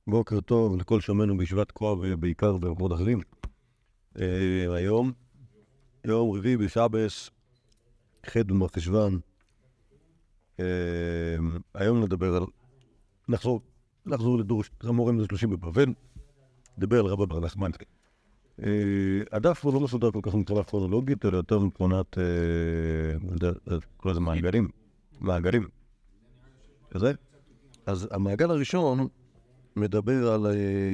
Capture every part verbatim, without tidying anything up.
בוקר טוב לכל שומענו בישיבת כוח ובעיקר במקומות אחרים. אה, היום, יום רביעי בשבס, ח' במרחשוון. אה, היום נדבר על, נחזור, נחזור לדור המורים לשלושים בבבל, נדבר על רבא בר נחמן. אה, הדף פה לא מסודר כל כך מבחינה כרונולוגית, אלא יותר מבחינת, אה, כל איזה מעגלים, מעגלים. זה? אז המעגל הראשון מדבר על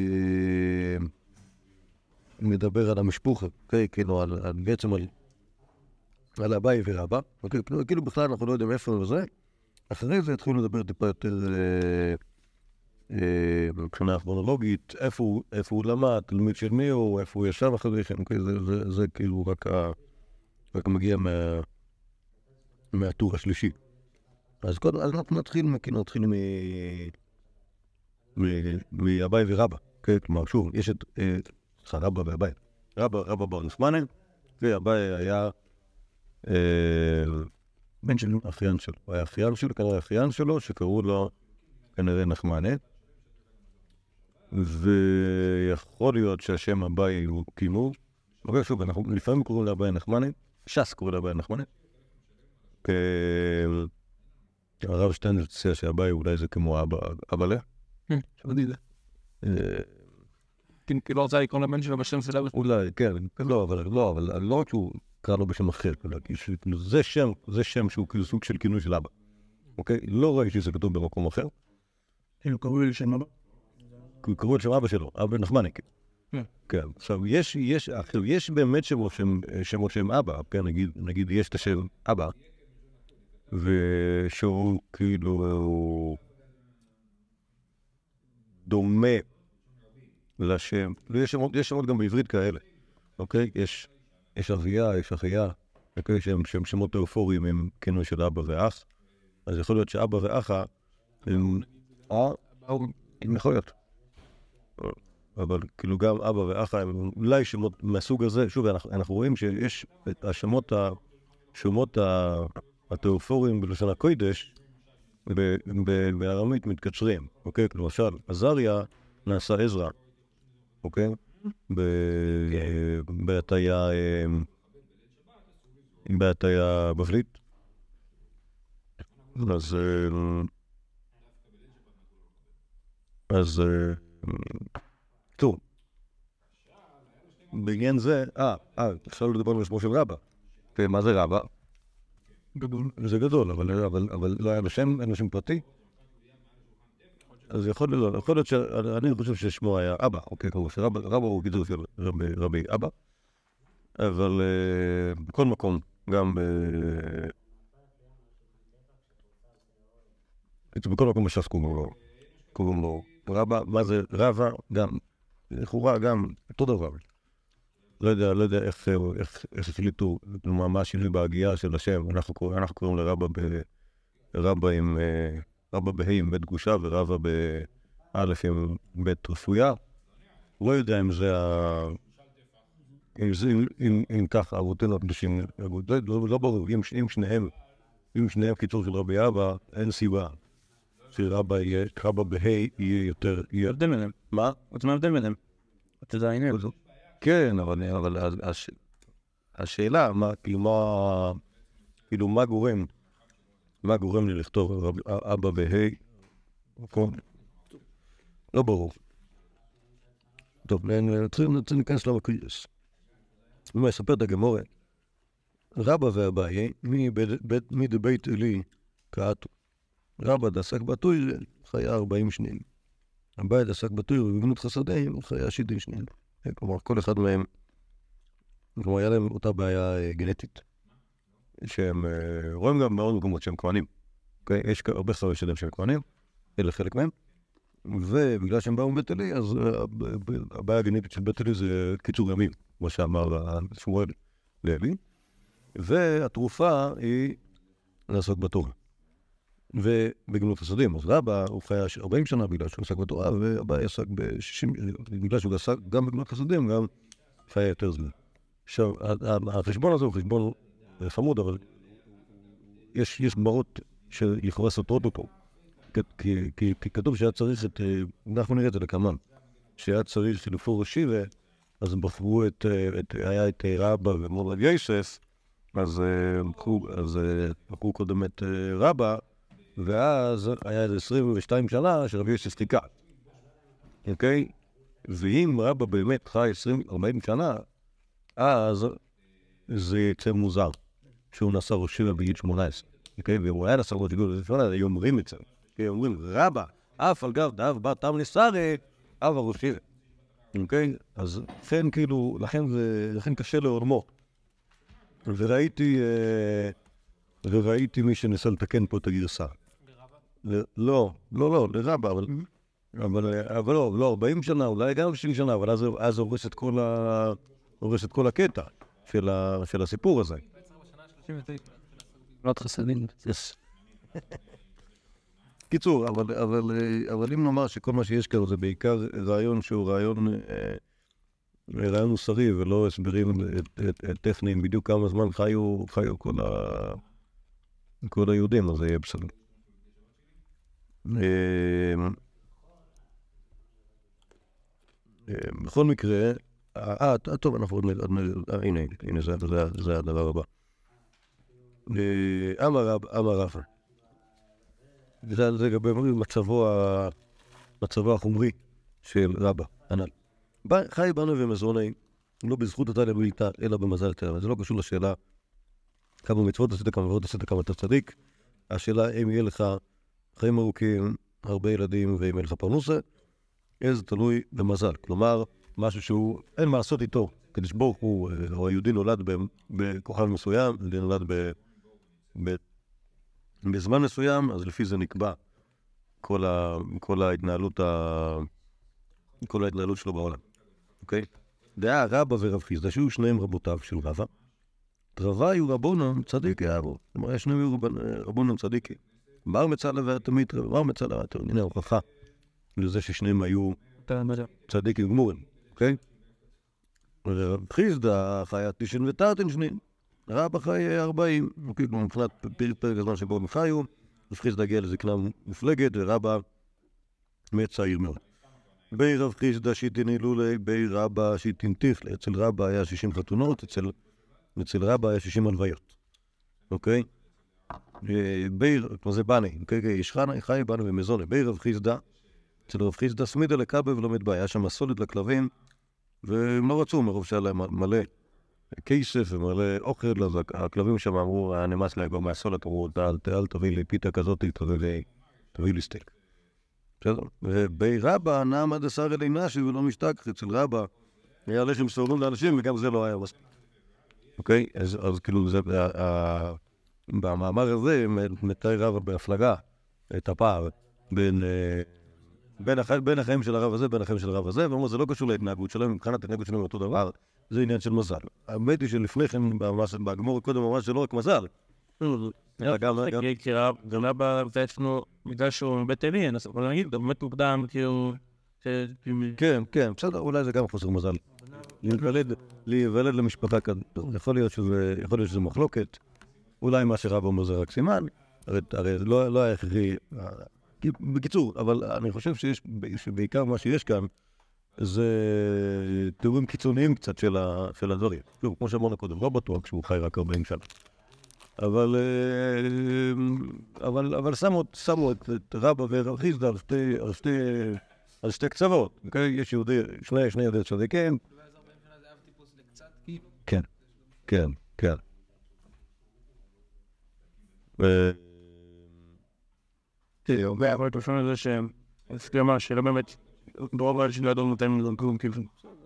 מדבר על המשפוחה, אוקיי? כאילו, על, על, בעצם על, על אביי ורבא, אוקיי? כאילו, כאילו בכלל אנחנו לא יודעים איפה וזה. אחרי זה התחילו לדבר טיפה יותר אה, אה, מבחינה כרונולוגית, איפה הוא, איפה הוא למד, תלמיד של מי הוא, איפה הוא ישב אחרי כן, אוקיי? זה, זה, זה כאילו רק, ה, רק מגיע מה, מהטור השלישי. אז קודם, אז אנחנו נתחיל, כאילו, נתחיל מ... מאביי ורבא, אוקיי? כלומר, שוב, יש את... אה, רבא ואביי. רבא, רבא בר נחמני, ואביי היה בן שלו, אחיין שלו. הוא היה אחיין שלו, כנראה אחיין שלו, שקראו לו כנראה נחמני. ויכול להיות שהשם אביי הוא קימו. אבל שוב, אנחנו לפעמים קוראים לאביי נחמני, ש"ס קוראים לאביי נחמני. הרב שטיינזלץ הציע שאביי אולי זה כמו אבא לה. שמעתי את זה. כי לא רוצה לקרוא לבן שלו בשם של אבא. אולי, כן, לא, אבל לא, אבל לא רק שהוא קרא לו בשם אחר, זה שם, זה שם שהוא כאילו סוג של כינוי של אבא, אוקיי? לא ראיתי שזה כתוב במקום אחר. כאילו קראו לי לשם אבא? קראו את שם אבא שלו, אבא נחמני, כן. עכשיו, יש, יש, עכשיו, יש באמת שמות שמות שם אבא, כן, נגיד, נגיד, יש את השם אבא, ושהוא כאילו דומה לשם, יש שמות, יש שמות גם בעברית כאלה, אוקיי? יש, יש אביה, יש אחיה, אוקיי? שהם, שהם שמות תיאופוריים עם כינוי של אבא ואח, אז יכול להיות שאבא ואחה הם, אה, הם יכול להיות. אבל כאילו גם אבא ואחה הם אולי שמות מהסוג הזה, שוב, אנחנו, אנחנו רואים שיש את השמות, השמות התיאופוריים בלשון הקודש, בארמית מתקצרים, אוקיי? למשל, עזריה נעשה עזרא, אוקיי? בהטיה, בהטיה בבלית. אז, אז, טוב. בעניין זה, אה, אה, אפשר לדבר על שמו של רבא. ומה זה רבא? גדול. זה גדול, אבל, אבל, אבל לא היה בשם, אין לשם פרטי. אז יכול להיות, יכול להיות שאני חושב ששמו היה אבא, אוקיי, כמו שרבא, רבא הוא גידול של רבי, רבי אבא, אבל uh, בכל מקום, גם ב... Uh, בכל מקום בש"ס קוראים לו, קוראים לו רבא, מה זה רבא, גם, לכאורה גם, אותו דבר. לא יודע, לא יודע איך, איך, איך החליטו, מה השינוי בהגייה של השם, אנחנו קוראים, אנחנו קוראים לרבא ב... רבא עם... Uh, רבא בה' עם בית גושה ורבא באלף עם בית רפויה. לא יודע אם זה ה... אם זה, אם, אם ככה, אבותינו הקדושים, לא, לא ברור, אם, אם שניהם, אם שניהם קיצור של רבי אבא, אין סיבה שרבא יהיה, רבא בה' יהיה יותר... הבדל ביניהם. מה? עוד מה הבדל ביניהם? אתה יודע, הנה. כן, אבל, אבל הש, השאלה, מה, כאילו, מה, כאילו, מה גורם? מה גורם לי לכתוב רב, אבא בה' נכון? לא ברור. טוב, נתחיל להיכנס למקריאס. אני אספר את הגמורה. רבא ואביי מדבית אלי קעתו. רבא דסק בתוירה חיה ארבעים שנים. אביי דסק בתוירה ובגנות חסדים חיה שבעים שנים. כלומר, כל אחד מהם, כלומר, היה להם אותה בעיה גנטית. שהם רואים גם מאוד מקומות שהם כהנים. יש הרבה חברים שלהם שהם כהנים, אלה חלק מהם, ובגלל שהם באו מבית אלי, אז הבעיה הגנטית של בית אלי זה קיצור ימים, כמו שאמר שמואל לאלי, והתרופה היא לעסוק בתורה. ובגנות חסדים, אז רבא הוא חיה ארבעים שנה בגלל שהוא עסק בתורה, ואביי עסק ב-שישים, בגלל שהוא עסק גם בגנות חסדים, גם חיה יותר זמן. עכשיו, החשבון הזה הוא חשבון חמוד, אבל יש, יש גמרות שלכאורה סותרות אותו. כי, כי, כי כתוב שהיה צריך את, אנחנו נראה את זה לכמה, שהיה צריך לפור שיבה, אז הם בחרו את, את, היה את רבא ומורד יוסף, אז בחרו קודם את רבא, ואז היה איזה עשרים ושתיים שנה שרבי יוסף חיכה. אוקיי? ואם רבא באמת חי עשרים ארבעים שנה, אז זה יצא מוזר, שהוא נשא ראש שיבה בגיל שמונה עשרה. אוקיי? ואם הוא היה נשא ראש שיבה בגיל שמונה עשרה, היו אומרים את זה. כי אומרים, רבא, אף על גב דאב בר תם נסרי, אב הראש שיבה. אוקיי? אז לכן כאילו, לכן זה, לכן קשה לעולמו. וראיתי, וראיתי מי שניסה לתקן פה את הגרסה. לרבא? לא, לא, לא, לרבא, אבל... אבל, אבל לא, לא, ארבעים שנה, אולי גם שישים שנה, אבל אז, אז הורס את כל ה... הורס את כל הקטע של, ה... של הסיפור הזה. לא חסדים. קיצור, אבל, אבל, אבל אם נאמר שכל מה שיש כאן זה בעיקר רעיון שהוא רעיון, רעיון מוסרי ולא הסברים טכניים, בדיוק כמה זמן חיו, חיו כל, ה... כל היהודים, אז זה יהיה בסדר. בכל מקרה, אה, טוב, אנחנו עוד נראה, הנה, הנה, זה הדבר הבא. אמר רב, אמר רב. זה לגבי מצבו החומרי של רבא, הנ"ל. חי בנו ומזוני, לא בזכות אותה לבליטה, אלא במזל תרם. זה לא קשור לשאלה כמה מצוות עשית, כמה מצוות עשית, כמה אתה צדיק. השאלה אם יהיה לך חיים ארוכים, הרבה ילדים, ואם יהיה לך פרנסה, איזה תלוי במזל. כלומר, משהו שהוא, אין מה לעשות איתו. הקדוש ברוך הוא, או היהודי נולד בכוכב מסוים, היהודי נולד ב... ב... בזמן מסוים, אז לפי זה נקבע כל, ה... כל ההתנהלות ה... כל ההתנהלות שלו בעולם. אוקיי? דעה רבא ורב חיסדא, שהיו שניהם רבותיו של רבא. רבא היו רבונם צדיקי אבו. זאת אומרת, שניהם היו רבונם צדיקי. בר מצלה והתמית, בר מצלה והתמית. הנה הוכחה לזה ששניהם היו צדיקים גמורים. אוקיי? רב חיסדא חיה תשעים ותשע שנים. רבא חי ארבעים, אוקיי, כמו מבחינת פרק הזמן שבו הם חיו, רב חיסדא הגיע לזקנה מפלגת, ורבא מת צעיר מאוד. בי רב חיסדא שיטין הילולי, בי רבא שיטין תיכלי. אצל רבא היה שישים חתונות, אצל, אצל רבא היה שישים הלוויות. אוקיי? בי, כמו זה בני, אוקיי, יש חי בני ומזוני. בי רב חיסדא, אצל רב חיסדא סמידה לקבה ולא מת בה, היה שם מסולת לכלבים, והם לא רצו, מרוב שהיה להם מלא כסף ומלא אוכל, אז הכלבים שם אמרו, הנמאס להם כבר מהסולת, אמרו, אל תביא לי פיתה כזאת, תביא לי סטייק. בסדר? ובי רבא נעם עד עשר אלי נשי ולא משתכח. אצל רבא היה לחם סעורים לאנשים, וגם זה לא היה מספיק. אוקיי? אז כאילו, במאמר הזה מתאר רבא בהפלגה את הפער בין בין החיים של הרב הזה, בין החיים של הרב הזה, ואומר, זה לא קשור להתנהגות שלהם, מבחינת ההתנהגות שלהם אותו דבר, זה עניין של מזל. האמת היא שלפני כן, בגמור קודם ממש זה לא רק מזל. כי רבא בעצמו, בגלל שהוא מבית אלי, אז אני אגיד, גם באמת מוקדם, כאילו... כן, כן, בסדר, אולי זה גם חוסר מזל. להיוולד למשפחה כזאת, יכול להיות שזה מחלוקת, אולי מה שרבא אומר זה רק סימן, הרי לא היה הכרחי... בקיצור, אבל אני חושב שיש, שבעיקר מה שיש כאן, זה תיאורים קיצוניים קצת של הדברים. שוב, כמו שאמרנו קודם, לא בטוח שהוא חי רק ארבעים שנה. אבל, אבל, אבל שמו, שמו את, את רבא ורב חיסדא על שתי, על שתי, על שתי קצוות. יש יהודי, שני, שני יהודי צדיקים. כן, כן, כן. אבל פשוט זה שהם, אז כלומר, שלא באמת, ברוב האלה שלא ידעו נותן לנו כלום, כאילו.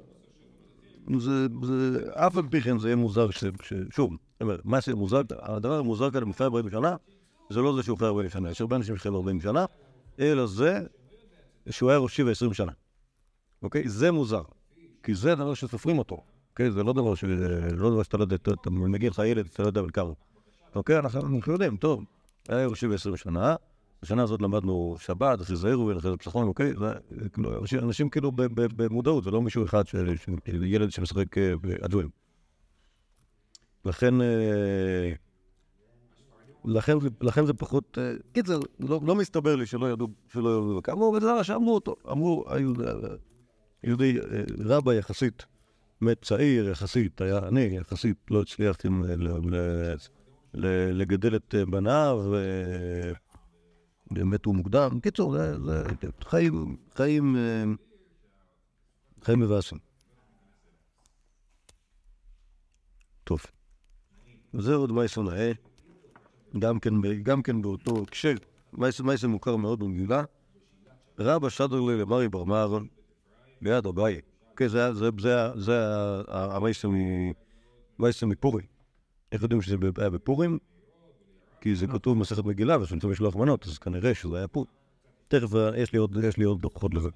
זה, אף על פי כן זה יהיה מוזר, שוב, מה זה מוזר, הדבר המוזר כאן מופעי ארבעים שנה, זה לא זה שהוא חי ארבעים שנה, יש הרבה אנשים שחיים ארבעים שנה, אלא זה שהוא היה ראשי ב-עשרים שנה. אוקיי? זה מוזר, כי זה דבר שסופרים אותו. אוקיי? זה לא דבר שאתה לא יודע, אתה מגיע לך ילד, אתה לא יודע בכמה. אוקיי? אנחנו יודעים, טוב, היה ראשי ב-עשרים שנה, בשנה הזאת למדנו שבת, אחרי זהירו ואחרי פסחון, אוקיי? אנשים כאילו במודעות, זה לא מישהו אחד, ילד שמשחק באג'ויים. לכן, לכן, לכן זה פחות... קיצר, לא, לא מסתבר לי שלא ידעו, שלא ידעו. כאמור, וזה שאמרו אותו. אמרו, יהודי רבה יחסית, מת צעיר יחסית, היה עני יחסית, לא הצליח לגדל את בניו, ומתו מוקדם. קיצור, זה, זה חיים, חיים, חיים מבאסים. טוב. וזה עוד מייסה נאה, גם כן, גם כן באותו הקשר, מייסה, מייסה מוכר מאוד במגילה, רבא שדר לי למרי ברמר ליד אביי. אוקיי, זה, זה, זה, זה המייסה מייסה מפורים. איך יודעים שזה היה בפורים? כי זה כתוב במסכת מגילה, ושנצא משלוח מנות, אז כנראה שזה היה פור. תכף יש לי עוד, יש לי עוד דוחות לזה.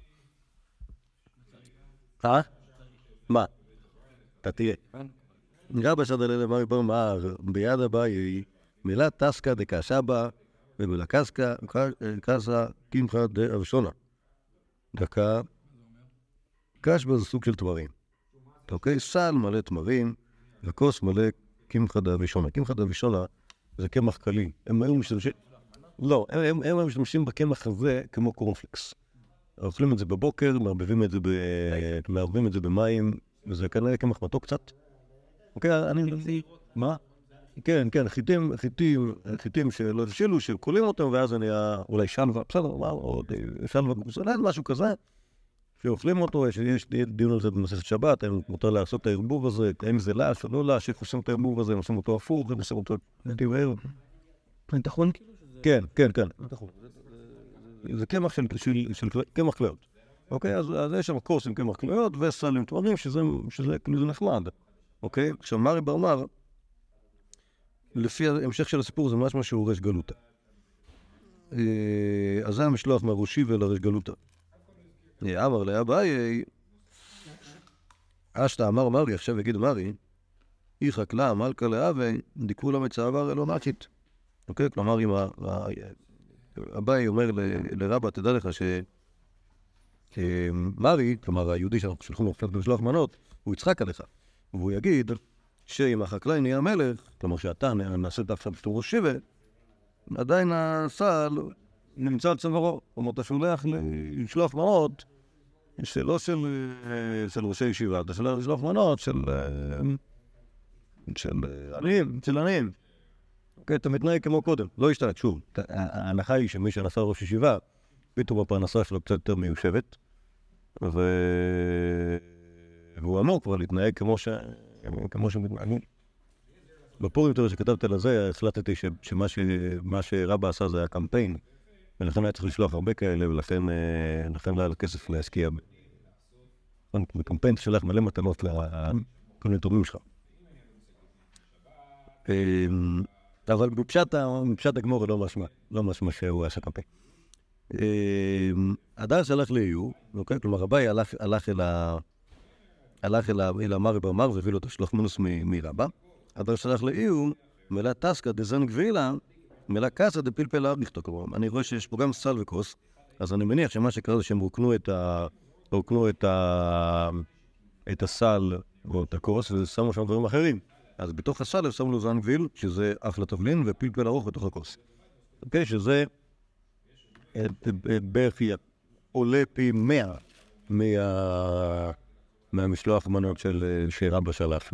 אה? מה? אתה תהיה. רבא שדר לי למרי ברמר ביד אביי, מילה טסקה דקשבה ומילה קסקה קסה קמחה דאבשונה. דקה, קשבה זה סוג של תמרים. אוקיי? סל מלא תמרים וכוס מלא קמחה דאבשונה. קמחה דאבשונה זה קמח קלי. הם היו משתמשים... לא, הם, הם, הם היו משתמשים בקמח הזה כמו קורנפלקס. אוכלים את זה בבוקר, מערבבים את זה, ב... מערבבים את זה במים, וזה כנראה קמח מתוק קצת. אוקיי, אני... מה? כן, כן, חיטים, חיטים, חיטים שלא הבשילו, שקולים אותם, ואז זה נהיה אולי שלווה, בסדר, או שלווה, משהו כזה, שאוכלים אותו, יש דיון על זה במסכת שבת, האם מותר לעשות את הערבוב הזה, האם זה לש או לא לש, איך עושים את הערבוב הזה, הם עושים אותו הפוך, הם עושים אותו... תחון? כן, כן, כן. זה קמח של קמח כליות. אוקיי, אז יש שם קורס עם קמח כליות, וסל עם תמרים, שזה נחמד. אוקיי, עכשיו מרי ברמר, לפי ההמשך של הסיפור זה ממש מה שהוא רש גלותה. אז זה המשלוח מהראשי ולרש גלותה. אמר לאביי, אשתה אמר מרי, עכשיו יגיד מרי, היא חקלה, מלכה לאבי, דיקרו לה מצעבר אלו נצ'ית. אוקיי, כלומר, אם אביי אומר לרבא, תדע לך שמרי, כלומר היהודי שאנחנו שלחו לשלוח מנות, הוא יצחק עליך, והוא יגיד, שאם החקלאי נהיה מלך, כלומר שאתה נעשה דווקא בתור שיבה, עדיין הסל נמצא על צווארו. כלומר, אתה שולח לשלוח מנות שלא של, של ראשי ישיבה, אתה שולח לשלוח מנות של של עניים, של עניים. אוקיי, אתה מתנהג כמו קודם, לא השתנה, שוב. ההנחה היא שמי שנסע ראש ישיבה, פתאום הפרנסה שלו קצת יותר מיושבת, ו... והוא אמור כבר להתנהג כמו ש... כמו שמתנהגים. בפורים תראה שכתבת על זה, החלטתי שמה שרבא עשה זה היה קמפיין, ולכן היה צריך לשלוח הרבה כאלה, ולכן לא היה כסף להשקיע. בקמפיין תשלח מלא מתנות לכל מיני תורמים שלך. אבל בפשט הגמור לא משמע, לא משמע שהוא עשה קמפיין. הדר שלח לאיור, כלומר רבי הלך אל ה... הלך אל המרי ברמר והביא לו את השלוח מנוס מרבא. הדר שלח לאיור, מילה טסקה דזן גבילה, מילה קסה דפלפלה נכתוב. כלומר, אני רואה שיש פה גם סל וכוס, אז אני מניח שמה שקרה זה שהם רוקנו את ה... רוקנו את ה... את הסל או את הכוס ושמו שם דברים אחרים. אז בתוך הסל הם שמו לו זן גביל, שזה אחלה תבלין, ופלפל ארוך בתוך הכוס. אוקיי, שזה בערך עולה פי מאה מה... מהמשלוח מנות של שרבא שלח.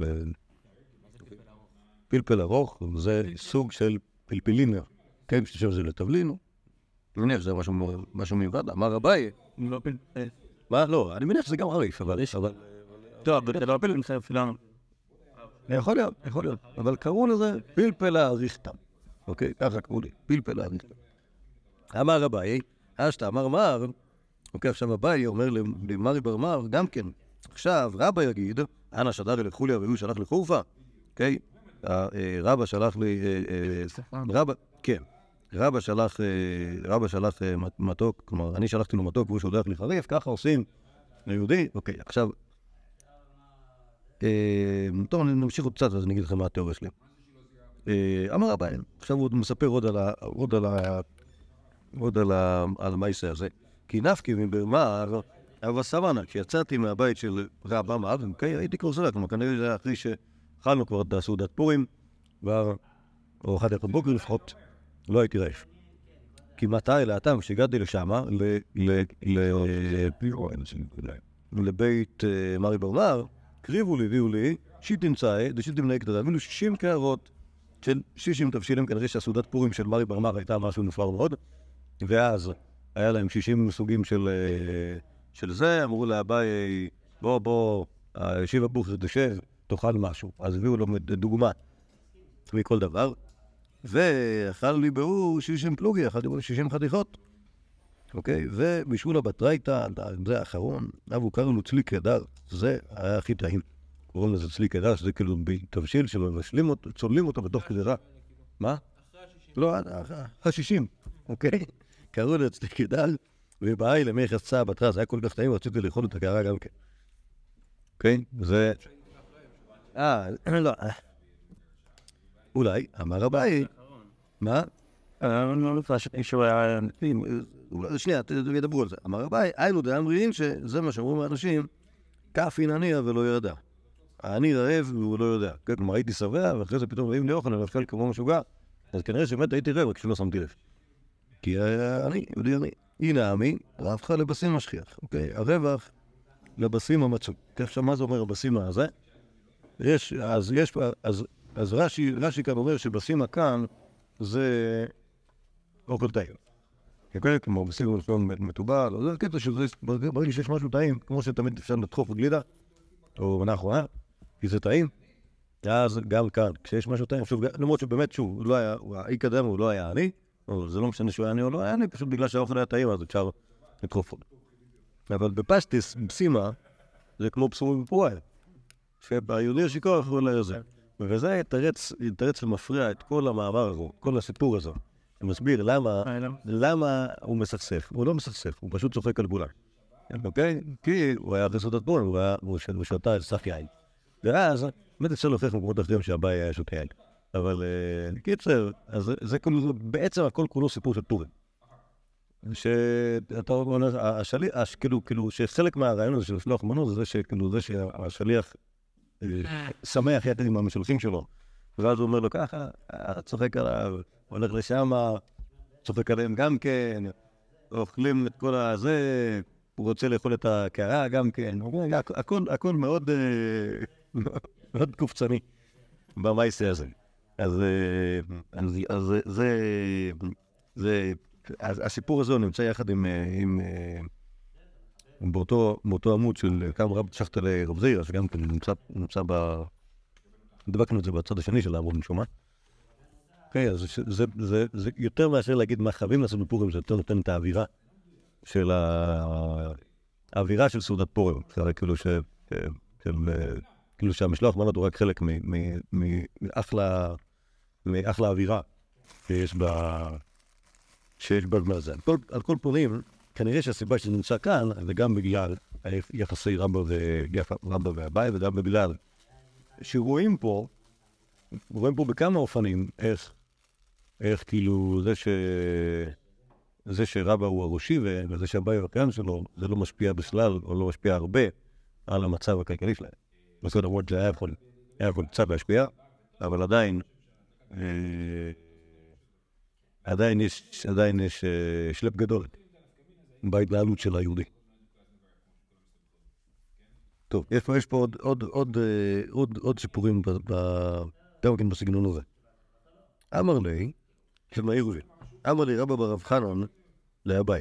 פלפל ארוך, זה סוג של פלפלינר. כן, שתשב זה לתבלין. אני מניח שזה משהו מיוחד. אמר אביי. לא פלפל. מה? לא, אני מניח שזה גם עריף, אבל... טוב, זה לא פלפל חייב שלנו. יכול להיות, יכול להיות. אבל קראו לזה פלפל האריכתם. אוקיי? ככה קראו לי, פלפל האריכתם. אמר אביי, אשתה אמר מר, אוקיי, עכשיו אביי אומר למרי ברמר, גם כן, עכשיו רבא יגיד, אנא שדר אל חוליה והוא שלח לחורפה, אוקיי? רבא שלח לי, רבא, כן, רבא שלח, רבא שלח מתוק, כלומר, אני שלחתי לו מתוק והוא שולח לי חריף, ככה עושים ליהודי, אוקיי, עכשיו, טוב, נמשיך עוד קצת, אז אני אגיד לכם מה התיאוריה שלי. אמר אביי, עכשיו הוא מספר עוד על ה... עוד על ה... עוד על המייסה הזה. כי נפקי מברמר, אבל סבנה, כשיצאתי מהבית של רבא מר, הייתי כבר סלק, כלומר, כנראה זה אחרי שאכלנו כבר את הסעודת פורים, או אחת אחת בוקר לפחות, לא הייתי רעב. כי מתי להטם, כשהגעתי לשם, לבית מרי ברמר, קריבו לי, הביאו לי, שיטין צאי, דשיטין נגד, הביאו שישים קערות של שישים תבשילים, כנראה שהסעודת פורים של מרי ברמר הייתה משהו נפלא מאוד, ואז היה להם שישים סוגים של, של זה, אמרו לאביי, בוא, בוא, ישיב הבוכר, תשב, תאכל משהו. אז הביאו לו דוגמה מכל דבר, ואכל לי בהוא שישים פלוגי, שישים חתיכות. אוקיי? ובישול הבטרייתא, זה האחרון, אבו קראו לו צליק הדר, זה היה הכי טעים. קוראים לזה צליק הדר, שזה כאילו תבשיל שמבשלים אותו, צוללים אותו בתוך כדירה. מה? לא, השישים, אוקיי? קראו לזה צליק הדר, ובאי למי חצה בתרה, זה היה כל כך טעים, רציתי לאכול את הקערה גם כן. אוקיי? זה... אה, לא. אולי, אמר אביי, מה? אני לא נפש שהוא היה... שנייה, ידברו על זה. אמר אביי, היינו דאמרין שזה מה שאומרים האנשים, כף אין עניה ולא ידע. אני רעב והוא לא יודע. כלומר, הייתי שבע, ואחרי זה פתאום ראים לי אוכל, אני נפל כמו משוגע. אז כנראה שבאמת הייתי רעב, רק שלא שמתי לב. כי אני, יהודי אני. הנה עמי, רעבך לבשים משכיח. אוקיי, הרווח לבשים המצוי. עכשיו, מה זה אומר הבשים הזה? יש, אז יש, אז, אז רש"י, רש"י כאן אומר שבשים הכאן זה אוכל טעים. כן, כמו בשים ראשון מטובל, זה קטע שזה, ברגע שיש משהו טעים, כמו שתמיד אפשר לדחוף גלידה, או מנה אחרונה, כי זה טעים, אז גם כאן, כשיש משהו טעים, שוב, למרות שבאמת, שוב, הוא לא היה, האי קדם, הוא לא היה עני, או זה לא משנה שהוא היה עני או לא היה עני, פשוט בגלל שהאוכל היה טעים, אז אפשר לדחוף אותו. אבל בפשטיס, בסימה, זה כמו פסומים בפועל, שהיהודי השיכור יכול לזה. וזה יתרץ ומפריע את כל המאמר הזה, כל הסיפור הזה. הוא מסביר למה, למה הוא מסכסף. הוא לא מסכסף, הוא פשוט צוחק על כולם. אוקיי? כי הוא היה אחרי סעודת פורים, הוא היה, הוא שתה סך יין. ואז, באמת אפשר להוכיח במקומות אחרים שהבאי היה שותה יין. אבל קיצר, אז זה כאילו, בעצם הכל כולו סיפור של פורים. שאתה אומר, השליח, כאילו, כאילו, שחלק מהרעיון הזה של לשלוח מנות, זה שכאילו, זה שהשליח שמח יחד עם המשלחים שלו. ואז הוא אומר לו ככה, צוחק עליו, הולך לשם, צוחק עליהם גם כן, אוכלים את כל הזה, הוא רוצה לאכול את הקערה גם כן. הכל, הכל מאוד, מאוד קופצני במייסה הזה. אז, אז, אז זה, זה, אז הסיפור הזה נמצא יחד עם, עם, באותו, באותו עמוד של כמה רב שחת לרב זעירא, שגם כן נמצא, נמצא ב... דבקנו את זה בצד השני של העמוד משומע. אוקיי, אז זה, זה, זה, זה יותר מאשר להגיד מה חייבים לעשות בפורים, זה יותר נותן את האווירה של ה... האווירה של סעודת פורים. זה כאילו ש... של... כאילו שהמשלוח מנות הוא רק חלק מ... מ... מאחלה... מאחלה האווירה שיש בה... שיש בזמן הזה. על כל, על כל פורים, כנראה שהסיבה שזה נמצא כאן, זה גם בגלל יחסי רבא והבאי, וגם בגלל שרואים פה, רואים פה בכמה אופנים, איך, איך כאילו זה ש... זה שרבא הוא הראשי, וזה שהבאי הוא הקיים שלו, זה לא משפיע בכלל, או לא משפיע הרבה, על המצב הכלכלי שלהם. בסדר, למרות זה היה יכול, היה יכול קצת להשפיע, אבל עדיין, עדיין יש, עדיין יש שלב גדול בהתנהלות של היהודי. טוב, יש פה, יש פה עוד, עוד, עוד, עוד, עוד סיפורים גם כן בסגנון הזה. אמר לי, של מאיר רובין, אמר לי רבא ברב חנן לאביי,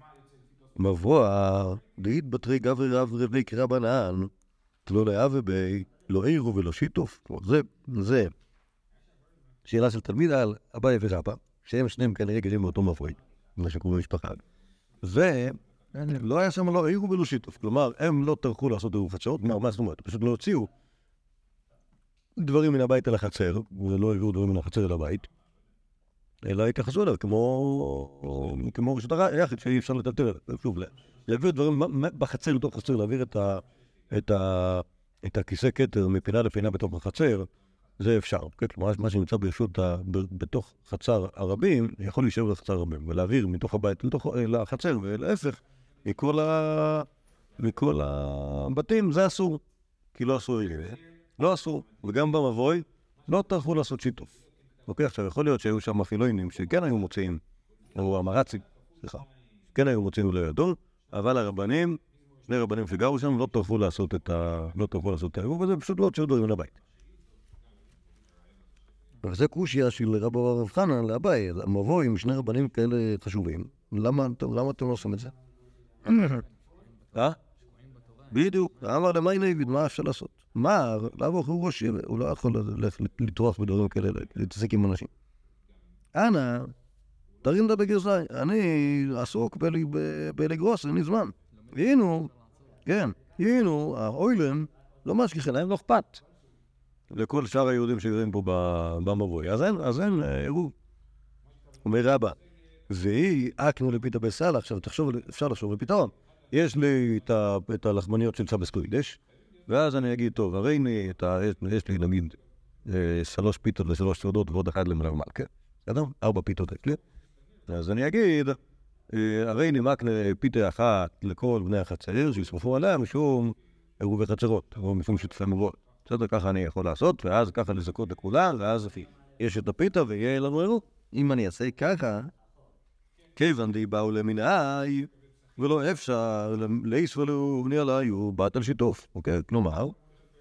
מבואה דהית בתרי גברי רב רבי כרבנן, לא לאבי בי, לא עירו ולא שיתוף. זה, זה שאלה של תלמיד על אביי ורבא, שהם שניהם כנראה גרים באותו מבוי, מה שקוראים משפחה. ולא היה שם לא עירו ולא שיתוף, כלומר, הם לא טרחו לעשות עירוב חצרות, מה זאת אומרת? פשוט לא הוציאו דברים מן הבית אל החצר, ולא הביאו דברים מן החצר אל הבית, אלא התייחסו אליו כמו, כמו רשות היחיד שאי אפשר לטלטל אליו. שוב, להעביר דברים בחצר לתוך חצר, להעביר את ה... את ה... את הכיסא כתר מפינה לפינה בתוך החצר, זה אפשר. כלומר, מה שנמצא ברשות ה... בתוך חצר הרבים, יכול להישאר לחצר הרבים, ולהעביר מתוך הבית לתוך... לחצר, ולהפך, מכל ה... מכל הבתים, זה אסור. כי לא אסור, לא אסור. וגם במבוי, לא טרחו לעשות שיתוף. אוקיי, עכשיו יכול להיות שהיו שם אפילוינים שכן היו מוצאים, או המרצים, סליחה, כן היו מוצאים לא ידון, אבל הרבנים, שני רבנים שגרו שם, לא טרפו לעשות את ה... לא טרפו לעשות את העירוב הזה, פשוט לא הוציאו דברים לבית. וזה קושיה של רב הרב חנן לאביי, המבוא עם שני רבנים כאלה חשובים, למה, למה אתם לא עושים את זה? אה? בדיוק, אמר למי נגד, מה אפשר לעשות? מה, למה הוא ראש, הוא לא יכול לטרוח בדברים כאלה, להתעסק עם אנשים. אנא, תרים לה בגרסאי, אני עסוק בלגרוס, אין לי זמן. והיינו, כן, היינו, האוילם, לא משכיחים להם, לא אכפת. לכל שאר היהודים שיודעים פה במבוי, אז אין, אז אין, עירוב. אומר רבא, והיא, אקנו לפיתה בסלח, עכשיו תחשוב, אפשר לחשוב לפתרון. יש לי את הלחמניות של סבס קוידש, ואז אני אגיד, טוב, הרי אני, יש לי נגיד שלוש פיתות ושלוש סעודות ועוד אחד למלר מלכה, בסדר? ארבע פיתות יש לי. אז אני אגיד, הרי אני מקנה פיתה אחת לכל בני החצר, שיסמכו עליה משום עירובי חצרות, או משום שותפי מבואות. בסדר, ככה אני יכול לעשות, ואז ככה לזכות לכולם, ואז יש את הפיתה ויהיה לנו עירוב. אם אני אעשה ככה, כיוון די באו למנהי, ולא אפשר, לאיס ולא בני עליי, הוא באת על שיתוף, אוקיי? כלומר,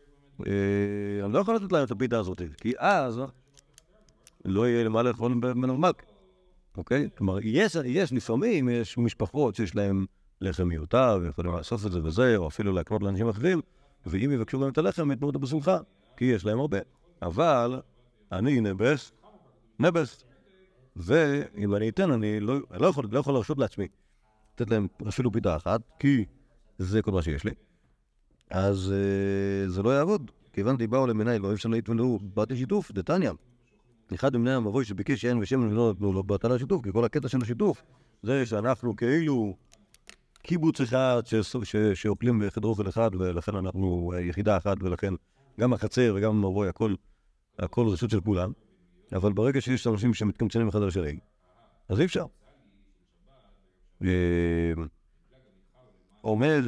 אני לא יכול לתת להם את הפיתה הזאת, כי אז לא יהיה למה לאכול בנורמל, אוקיי? כלומר, יש, יש לפעמים, יש משפחות שיש להם לחם מיותר, ויכולים לעשות את זה וזה, או אפילו להקנות לאנשים אחרים, ואם יבקשו להם את הלחם, יתנו אותה בשמחה, כי יש להם הרבה. אבל אני נבס, נבס, ואם אני אתן, אני לא, אני לא יכול, לא יכול לרשות לעצמי. לתת להם אפילו פיתה אחת, כי זה כל מה שיש לי. אז uh, זה לא יעבוד. כיוון דיבאו למנהי, לא אפשר להתמלאו, באתי שיתוף, דתניא. אחד מבני המבוי שביקש יין ושמן ולא נתנו לו, באתה לשיתוף, כי כל הקטע של השיתוף, זה שאנחנו כאילו קיבוץ אחד שאוכלים בחדר אוכל אחד, ולכן אנחנו יחידה אחת, ולכן גם החצר וגם המבוי, הכל, הכל רשות של כולם. אבל ברגע שיש אנשים שמתקמצנים אחד על השני, אז אי אפשר. אומר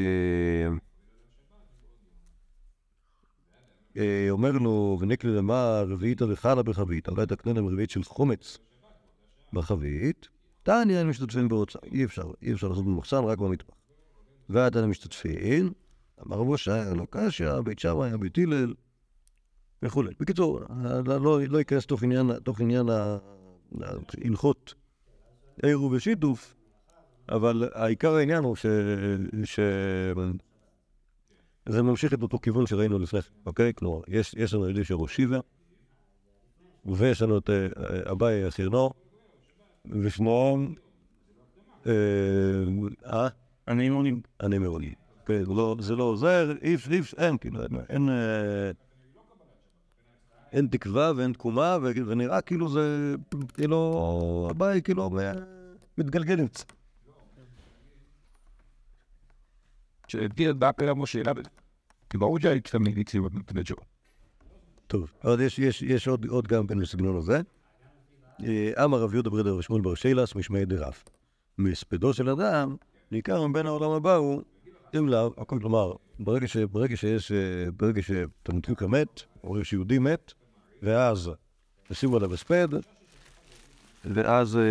אומר לו, ונקלי למה רביעית וחלה בחבית, אולי תקנה להם רביעית של חומץ בחבית, תעני הם משתתפים בהוצאה, אי אפשר, אי אפשר לעשות במחסן, רק במטבח. ואתה הם משתתפים, אמר רבו שהיה לו קשיה, בית שמה היה בית הלל, וכו'. בקיצור, לא, לא ייכנס תוך עניין, תוך עניין ההלכות עירוב ושיתוף, אבל העיקר העניין הוא ש... ש... זה ממשיך את אותו כיוון שראינו לפני, אוקיי? כלומר, יש, יש לנו ידי שראש שיבה, ויש לנו את אביי החירנו, ושמועם, אה? אני מעונים. אני מעונים. כן, זה לא עוזר, איף, איף, אין, כאילו, אין... אין תקווה ואין תקומה, ונראה כאילו זה, כאילו, אביי כאילו מתגלגל נמצא. שתהיה דאפי למו שאלה, כי ברור שהיית תמיד יציבות מפני ג'ו. טוב, אבל יש, יש, יש עוד, עוד גם בין הסגנון הזה. אמר רב יהודה ברדר ושמואל בר שילס משמעי דרב. מספדו של אדם, ניכר מבין העולם הבא הוא, אם לאו, הכל כלומר, ברגע, ש, ברגע שיש, ברגע שתמותים כמת, או שיהודי מת, ואז תשימו עליו הספד, ואז,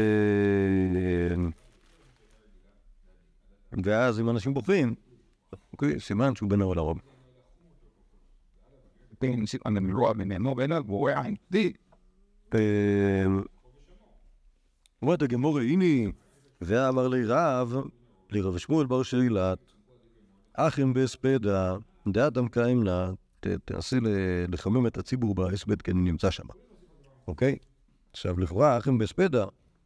ואז אם אנשים בוכים, אוקיי, סימן שהוא בין העולם הבא. בין סימן המרוע ממנו ביניו, והוא רואה עין די. אומרת הגמורה, הנה, ואמר לי רב, לרב שמואל בר שילת, אחים בהספדה, דעתם קיימנה, תנסה לחמם את הציבור בהספד, כי אני נמצא שם. אוקיי? עכשיו, לכאורה, אחים בהספדה,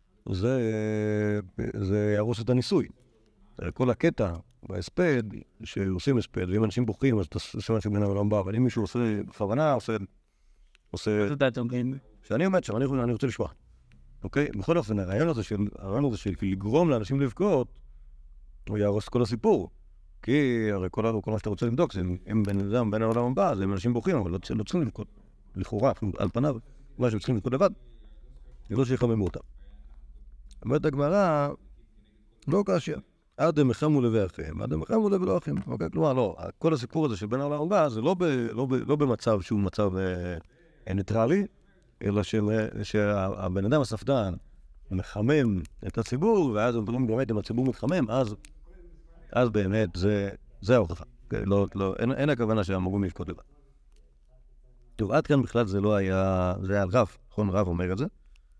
זה ירוס את הניסוי. כל הקטע בהספד, שעושים הספד, ואם אנשים בוכים, אז תעשה משהו בין העולם הבא, אבל אם מישהו עושה בכוונה, עושה... עושה... שאני עומד שם, אני רוצה לשמוע. אוקיי? בכל אופן, הרעיון הזה של, הרעיון הזה של לגרום לאנשים לבכות, הוא יהרוס כל הסיפור. כי הרי כל, כל מה שאתה רוצה לבדוק, זה אם בן אדם, בין העולם הבא, זה אם אנשים בוכים, אבל לא, לא צריכים לבכות. לכאורה, על פניו, מה שהם צריכים לבכות לבד. זה לא שיחממו אותם. אומרת הגמרא, לא קשיא. עד הם החמו לביאכם, עד הם החמו לבלואכם. אוקיי? כלומר, לא, כל הסיפור הזה של בין העולם הבא, זה לא, ב, לא, ב, לא במצב שהוא מצב אה, ניטרלי, אלא שהבן אדם הספדן מחמם את הציבור, ואז הם דברים באמת, אם הציבור מתחמם, אז אז באמת זה ההוכחה. אין הכוונה שהמורים יפקוד לבד. טוב, עד כאן בכלל זה לא היה, זה היה רב, נכון? רב אומר את זה.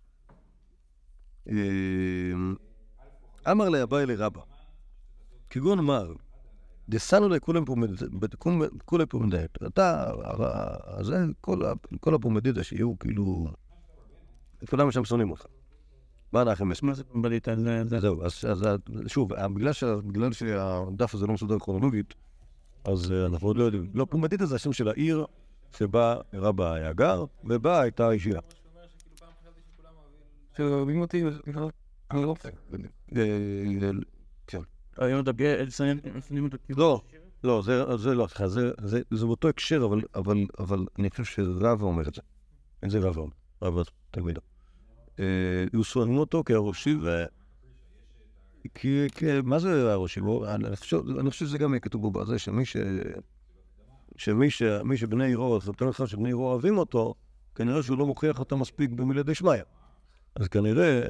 אמר לאביי לרבא, כגון אמר, דסנו לכולם פומדית. אתה, זה, כל הפומדידה שיהיו כאילו, כולם שם שונאים אותך. מה אנחנו מספיק? מה זה פומדית? זהו, אז שוב, בגלל שהדף הזה לא מסודר כרונולוגית, אז אנחנו עוד לא יודעים. לא, פומדית זה השם של העיר שבה רבא היה גר, ובה הייתה הישיבה. שאוהבים אותי, אני לא... כן. היום אתה גאה, שמים אותו... לא, לא, זה לא, זה באותו הקשר, אבל אני חושב שרבא אומר את זה. אין זה רבא אומר, רבא תלמידו. הוא שונאים אותו כהראשי, ו... מה זה הראשי? אני חושב שזה גם כתוב בו בזה, שמי ש... שמי שבני עירו, אז אתה לך שבני עירו אוהבים אותו, כנראה שהוא לא מוכיח אותם מספיק במילי דשמיא. אז כנראה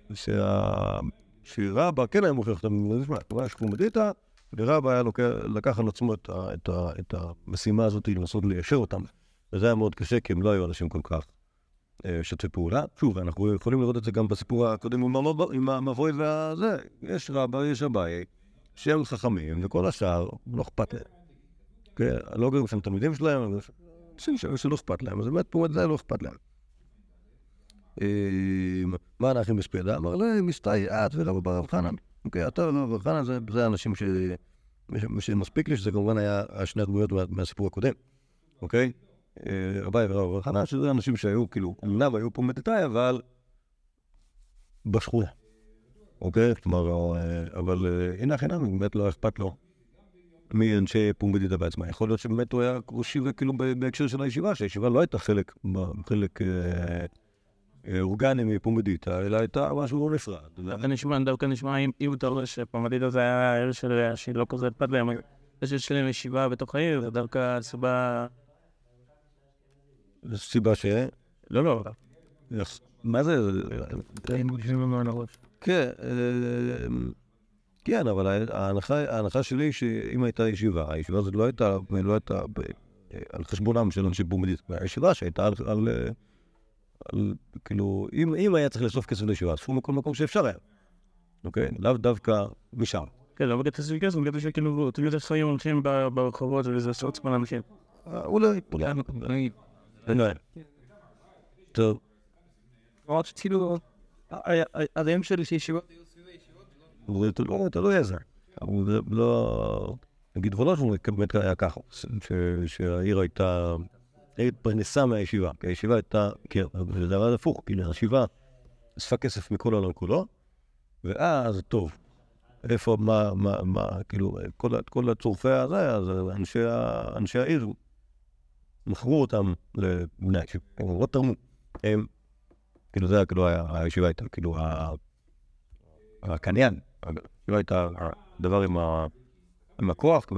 שרבא כן היה מוכיח אותם במילי דשמיא. הוא היה שפומדיתא, ורבא היה לקח על עצמו את המשימה הזאת לנסות ליישר אותם. וזה היה מאוד קשה, כי הם לא היו אנשים כל כך שתפי פעולה. שוב, אנחנו יכולים לראות את זה גם בסיפור הקודם עם המבוי והזה. יש רבא, יש אביי, שהם חכמים, וכל השאר לא אכפת להם. לא גרים שם תלמידים שלהם, שלא אכפת להם, אז באמת פה את זה לא אכפת להם. מה אנחנו מספידה? אמר להם, מסתאי את ורבא בר חנן. אוקיי, אתה ורבא בר חנן זה האנשים שמספיק לי, שזה כמובן היה שני הדמויות מהסיפור הקודם. אוקיי? אביי ורבא בר חנן, שזה אנשים שהיו, כאילו, אמנם היו פה מדתאי, אבל בשכונה. אוקיי? כלומר, אבל הנה החינם, באמת לא אכפת לו. מאנשי פומבדיתא בעצמה. יכול להיות שבאמת הוא היה ראשי וכאילו בהקשר של הישיבה, שהישיבה לא הייתה חלק, חלק אורגני מפומבדיתא, אלא הייתה משהו לא נפרד. דווקא נשמע, דווקא נשמע, אם אתה רואה שפומבדיתא זה היה העיר של לא כזה אכפת להם, יש להם ישיבה בתוך העיר, זה דווקא סיבה... סיבה ש... לא, לא. מה זה? כן, כן, אבל ההנחה שלי היא שאם הייתה ישיבה, הישיבה הזאת לא הייתה על חשבונם של אנשי פומבדיתא, הישיבה שהייתה על, כאילו, אם היה צריך לאסוף כסף לישיבה, אספו מכל מקום שאפשר היה, אוקיי? לאו דווקא משם. כן, לא בגלל תסביב כסף, בגלל שכאילו, תמיד יש חיים הולכים ברחובות וזה עשרות זמן אנשים. אולי, אולי. אולי. טוב. עוד שתילו, עד היום שלי שישיבות היו סביב הישיבות, אתה לא יעזר. אבל לא... נגיד וולוז'ון באמת היה ככה, שהעיר הייתה... העיר פרנסה מהישיבה, כי הישיבה הייתה... כן, זה דבר הפוך, כאילו הישיבה אספה כסף מכל העולם כולו, ואז טוב, איפה, מה, מה, מה, כאילו, כל הצורפי הזה, אז אנשי העיר מכרו אותם לבני הישיבה, הם לא תרמו, הם... כאילו זה היה, כאילו, הישיבה הייתה, כאילו, הקניין, הישיבה הייתה הדבר עם ה... עם הכוח,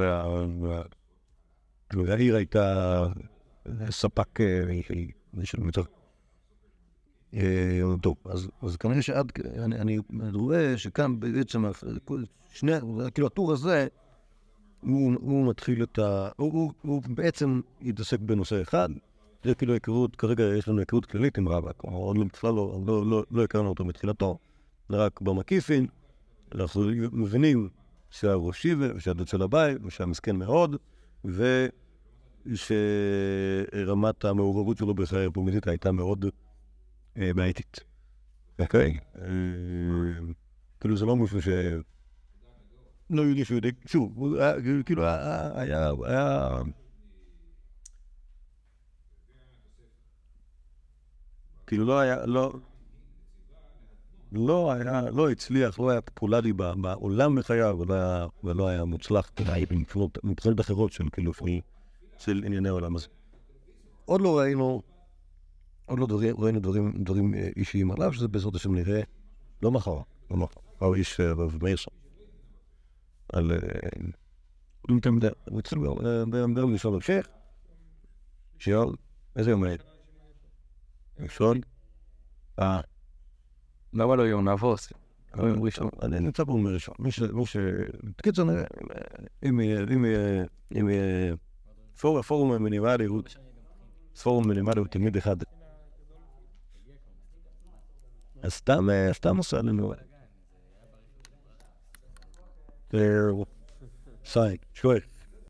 והעיר הייתה ספק של מצב. טוב, אז כנראה שעד, אני רואה שכאן בעצם, שני, כאילו הטור הזה, הוא מתחיל את ה... הוא בעצם יתעסק בנושא אחד, זה כאילו היכרות, כרגע יש לנו היכרות כללית עם רבא, עוד בכלל לא הכרנו אותו מתחילתו, רק במקיפין, אנחנו מבינים שהראשי ושהדוד של הבית, ושהמסכן מאוד, ושרמת המעורבות שלו בחיי הפומבדיתא הייתה מאוד בעייתית. אוקיי? כאילו זה לא מישהו ש... לא יודעים שהוא יודע, שוב, כאילו היה... כאילו לא היה, לא... לא היה, לא הצליח, לא היה פופולרי בעולם בחייו, ולא היה מוצלח מבחינות אחרות של כאילו, של ענייני העולם הזה. עוד לא ראינו, עוד לא ראינו דברים אישיים עליו, שזה בעזרת השם נראה, לא מחר, לא מחר, הוא איש רב מאיר שם. על... הוא התחיל ביום ראשון המשך, שיול, איזה יום היה? ראשון? אה. למה לא יום נבוס? אני נמצא פה מראשון. מי ש... בקיצור, נראה, אם יהיה... אם יהיה... פורום המינימלי הוא... פורום מינימלי הוא תמיד אחד. אז סתם, סתם עושה לנו. סי, שוי.